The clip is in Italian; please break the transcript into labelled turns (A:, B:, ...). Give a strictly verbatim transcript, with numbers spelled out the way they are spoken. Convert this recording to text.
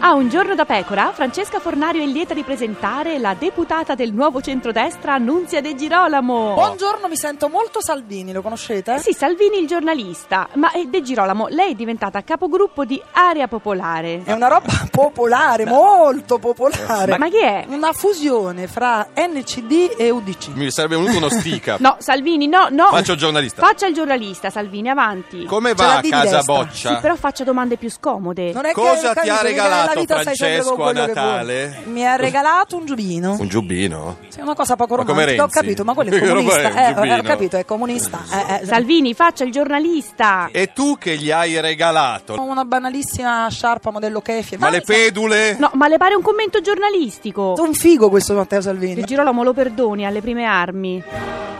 A: A Un giorno da pecora, Francesca Fornario è lieta di presentare la deputata del nuovo centrodestra Nunzia De Girolamo.
B: Buongiorno, mi sento molto Salvini, lo conoscete?
A: Sì, Salvini il giornalista, ma eh, De Girolamo, lei è diventata capogruppo di Area Popolare.
B: È una roba popolare, molto popolare.
A: Ma, ma chi è?
B: Una fusione fra N C D e U D C.
C: Mi sarebbe venuto uno stica.
A: No, Salvini, no, no.
C: Faccio il giornalista.
A: Faccia il giornalista, Salvini, avanti.
C: Come
B: Ce la
C: va a
B: di
C: casa
B: destra.
C: Boccia?
A: Sì, però faccia domande più scomode.
B: Non è
C: Cosa
B: che,
C: ti ha
B: capito,
C: regalato
B: nella vita stai sempre con
C: Francesco a
B: quello che
C: Natale?
B: vuoi. Mi ha regalato un giubbino.
C: Un giubbino?
B: Sì, una cosa poco
C: Ma come
B: romantica, ho
C: Renzi?
B: capito, ma quello è
C: Che roba
B: comunista.
C: è, un
B: Eh,
C: giubbino?
B: ho capito, è comunista. Eh, eh.
A: Salvini, faccia il giornalista.
C: E tu che gli hai regalato?
B: Una banalissima sciarpa modello Kefir.
C: Ma le pedule?
A: No, ma le pare un commento giornalistico?
B: Un figo questo Matteo Salvini.
A: De Girolamo lo perdoni alle prime armi.